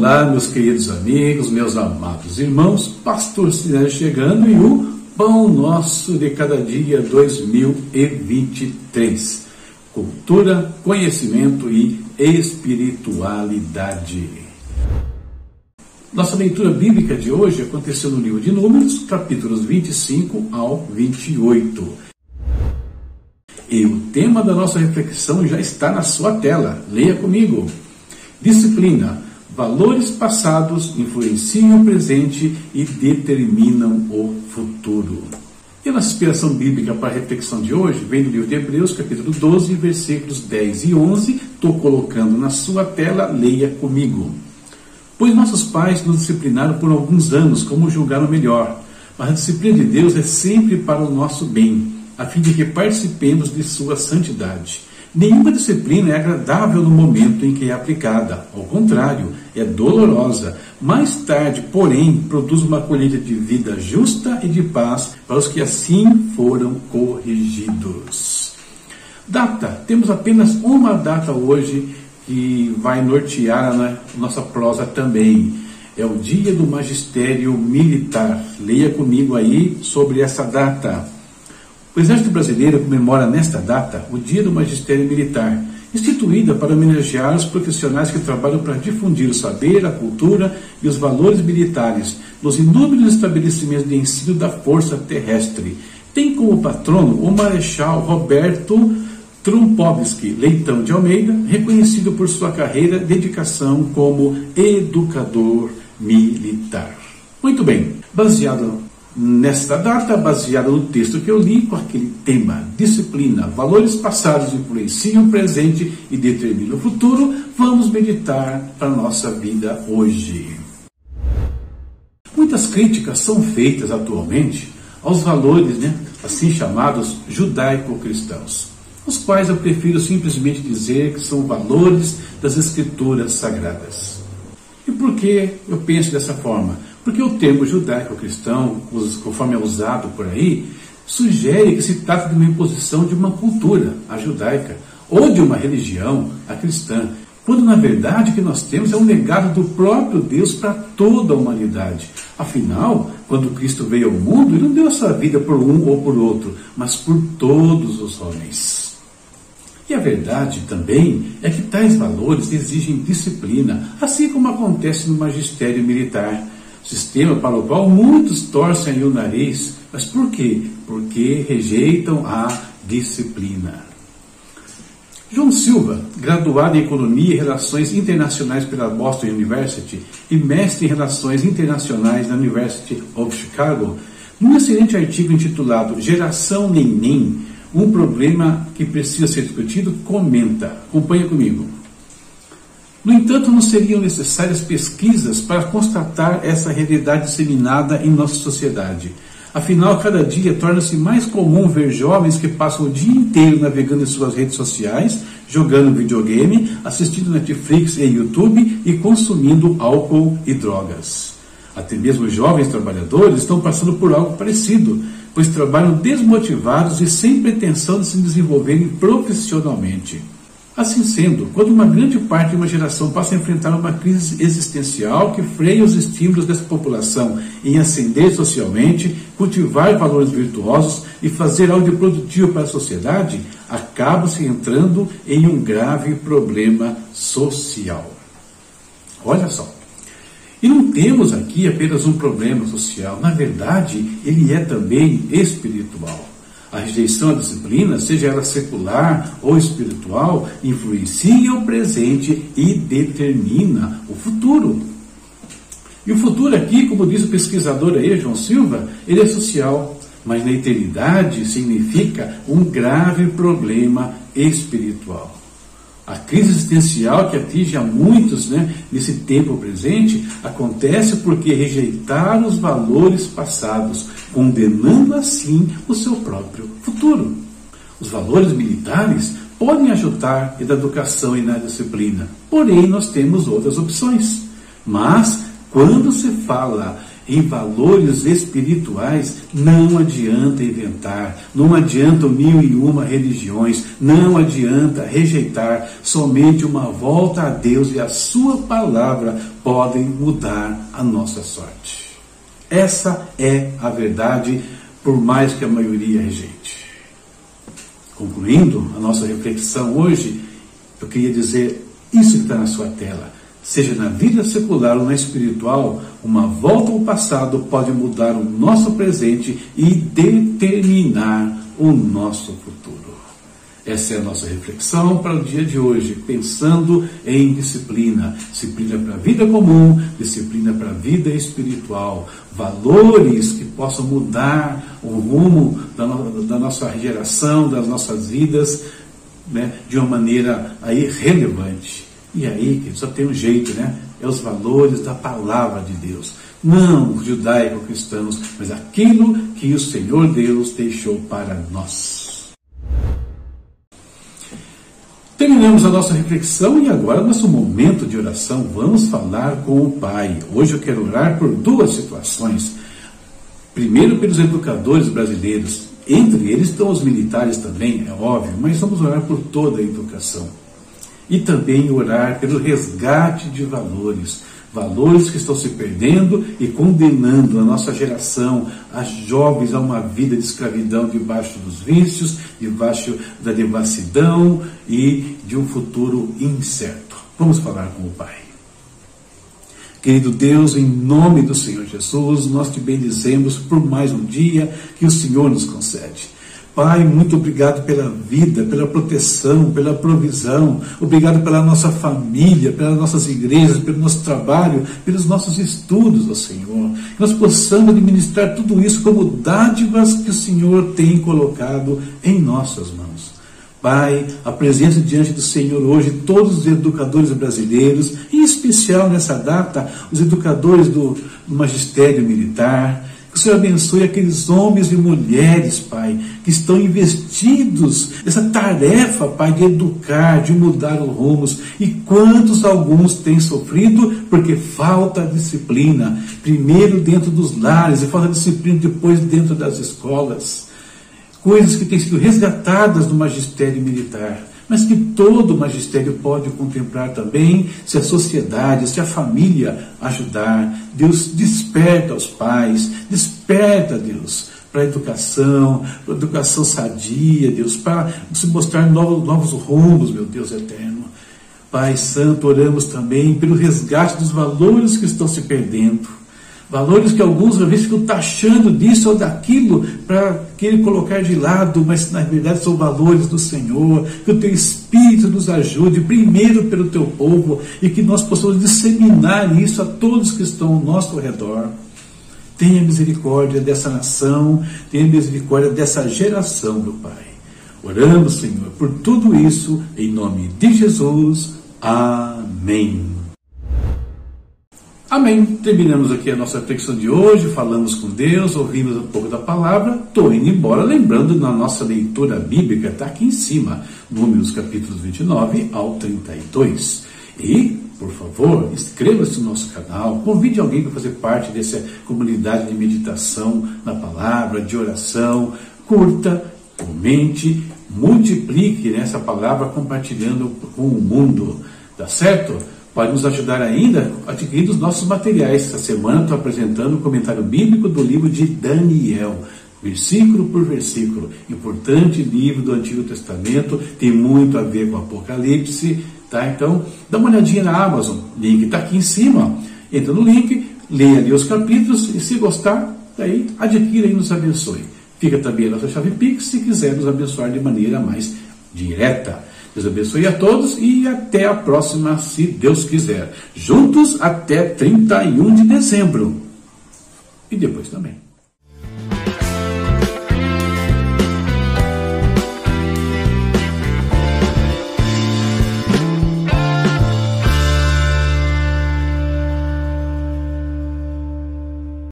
Olá, meus queridos amigos, meus amados irmãos, Pastor Sinésio chegando e o Pão Nosso de Cada Dia 2023. Cultura, conhecimento e espiritualidade. Nossa leitura bíblica de hoje aconteceu no livro de Números, capítulos 25 ao 28. E o tema da nossa reflexão já está na sua tela. Leia comigo. Disciplina. Valores passados influenciam o presente e determinam o futuro. E a nossa inspiração bíblica para a reflexão de hoje vem do livro de Hebreus, capítulo 12, versículos 10 e 11. Estou colocando na sua tela, leia comigo. Pois nossos pais nos disciplinaram por alguns anos, como julgaram melhor. Mas a disciplina de Deus é sempre para o nosso bem, a fim de que participemos de sua santidade. Nenhuma disciplina é agradável no momento em que é aplicada. Ao contrário, é dolorosa. Mais tarde, porém, produz uma colheita de vida justa e de paz para os que assim foram corrigidos. Data. Temos apenas uma data hoje que vai nortear a nossa prosa também. É o Dia do Magistério Militar. Leia comigo aí sobre essa data. O Exército Brasileiro comemora nesta data o Dia do Magistério Militar, instituída para homenagear os profissionais que trabalham para difundir o saber, a cultura e os valores militares nos inúmeros estabelecimentos de ensino da Força Terrestre. Tem como patrono o Marechal Roberto Trumpovski Leitão de Almeida, reconhecido por sua carreira e dedicação como educador militar. Muito bem, baseado nesta data, baseado no texto que eu li, com aquele tema, disciplina, valores passados influenciam o presente e determinam o futuro, vamos meditar para a nossa vida hoje. Muitas críticas são feitas atualmente aos valores, assim chamados judaico-cristãos, os quais eu prefiro simplesmente dizer que são valores das Escrituras Sagradas. E por que eu penso dessa forma? Porque o termo judaico-cristão, conforme é usado por aí, sugere que se trata de uma imposição de uma cultura, a judaica, ou de uma religião, a cristã, quando na verdade o que nós temos é um legado do próprio Deus para toda a humanidade. Afinal, quando Cristo veio ao mundo, Ele não deu a sua vida por um ou por outro, mas por todos os homens. E a verdade também é que tais valores exigem disciplina, assim como acontece no magistério militar, sistema para o qual muitos torcem o nariz. Mas por quê? Porque rejeitam a disciplina. João Silva, graduado em Economia e Relações Internacionais pela Boston University e mestre em Relações Internacionais na University of Chicago, num excelente artigo intitulado Geração Neném, um problema que precisa ser discutido, comenta. Acompanha comigo. No entanto, não seriam necessárias pesquisas para constatar essa realidade disseminada em nossa sociedade. Afinal, cada dia torna-se mais comum ver jovens que passam o dia inteiro navegando em suas redes sociais, jogando videogame, assistindo Netflix e YouTube e consumindo álcool e drogas. Até mesmo jovens trabalhadores estão passando por algo parecido, pois trabalham desmotivados e sem pretensão de se desenvolverem profissionalmente. Assim sendo, quando uma grande parte de uma geração passa a enfrentar uma crise existencial que freia os estímulos dessa população em ascender socialmente, cultivar valores virtuosos e fazer algo de produtivo para a sociedade, acaba-se entrando em um grave problema social. Olha só. E não temos aqui apenas um problema social, na verdade, ele é também espiritual. A rejeição à disciplina, seja ela secular ou espiritual, influencia o presente e determina o futuro. E o futuro aqui, como diz o pesquisador aí, João Silva, ele é social, mas na eternidade significa um grave problema espiritual. A crise existencial que atinge a muitos nesse tempo presente acontece porque rejeitaram os valores passados, condenando assim o seu próprio futuro. Os valores militares podem ajudar na educação e na disciplina, porém nós temos outras opções. Mas quando se fala em valores espirituais, não adianta inventar, não adianta 1001 religiões, não adianta rejeitar. Somente uma volta a Deus e a sua palavra podem mudar a nossa sorte. Essa é a verdade, por mais que a maioria rejeite. Concluindo a nossa reflexão hoje, eu queria dizer isso que está na sua tela. Seja na vida secular ou na espiritual, uma volta ao passado pode mudar o nosso presente e determinar o nosso futuro. Essa é a nossa reflexão para o dia de hoje, pensando em disciplina. Disciplina para a vida comum, disciplina para a vida espiritual. Valores que possam mudar o rumo da nossa geração, das nossas vidas, né, de uma maneira aí relevante. E aí, que só tem um jeito, né? É os valores da palavra de Deus. Não os judaico-cristãos, mas aquilo que o Senhor Deus deixou para nós. Terminamos a nossa reflexão e agora nosso momento de oração. Vamos falar com o Pai. Hoje eu quero orar por duas situações. Primeiro, pelos educadores brasileiros. Entre eles estão os militares também, é óbvio, mas vamos orar por toda a educação. E também orar pelo resgate de valores, valores que estão se perdendo e condenando a nossa geração, as jovens, a uma vida de escravidão debaixo dos vícios, debaixo da devassidão e de um futuro incerto. Vamos falar com o Pai. Querido Deus, em nome do Senhor Jesus, nós te bendizemos por mais um dia que o Senhor nos concede. Pai, muito obrigado pela vida, pela proteção, pela provisão. Obrigado pela nossa família, pelas nossas igrejas, pelo nosso trabalho, pelos nossos estudos, ó Senhor. Que nós possamos administrar tudo isso como dádivas que o Senhor tem colocado em nossas mãos. Pai, apresento diante do Senhor hoje todos os educadores brasileiros, em especial nessa data, os educadores do magistério militar. Que o Senhor abençoe aqueles homens e mulheres, Pai, que estão investidos nessa tarefa, Pai, de educar, de mudar os rumos. E quantos alguns têm sofrido porque falta disciplina. Primeiro dentro dos lares e falta disciplina depois dentro das escolas. Coisas que têm sido resgatadas do magistério militar, mas que todo o magistério pode contemplar também, se a sociedade, se a família ajudar. Deus, desperta os pais, desperta, Deus, para a educação sadia, Deus, para se mostrar novos rumos, meu Deus eterno. Pai Santo, oramos também pelo resgate dos valores que estão se perdendo. Valores que alguns às vezes ficam taxando disso ou daquilo para querer colocar de lado, mas na verdade são valores do Senhor. Que o Teu Espírito nos ajude, primeiro pelo Teu povo, e que nós possamos disseminar isso a todos que estão ao nosso redor. Tenha misericórdia dessa nação, tenha misericórdia dessa geração, meu Pai. Oramos, Senhor, por tudo isso, em nome de Jesus. Amém. Amém. Terminamos aqui a nossa reflexão de hoje, falamos com Deus, ouvimos um pouco da palavra, estou indo embora, lembrando na nossa leitura bíblica, está aqui em cima, Números capítulos 29 ao 32. E, por favor, inscreva-se no nosso canal, convide alguém para fazer parte dessa comunidade de meditação na palavra, de oração, curta, comente, multiplique essa palavra compartilhando com o mundo, tá certo? Pode nos ajudar ainda adquirindo os nossos materiais. Essa semana estou apresentando o comentário bíblico do livro de Daniel, versículo por versículo. Importante livro do Antigo Testamento, tem muito a ver com Apocalipse, tá? Então, dá uma olhadinha na Amazon, link está aqui em cima. Entra no link, leia ali os capítulos e se gostar, daí adquira e nos abençoe. Fica também a nossa chave Pix se quiser nos abençoar de maneira mais direta. Deus abençoe a todos e até a próxima, se Deus quiser. Juntos até 31 de dezembro. E depois também.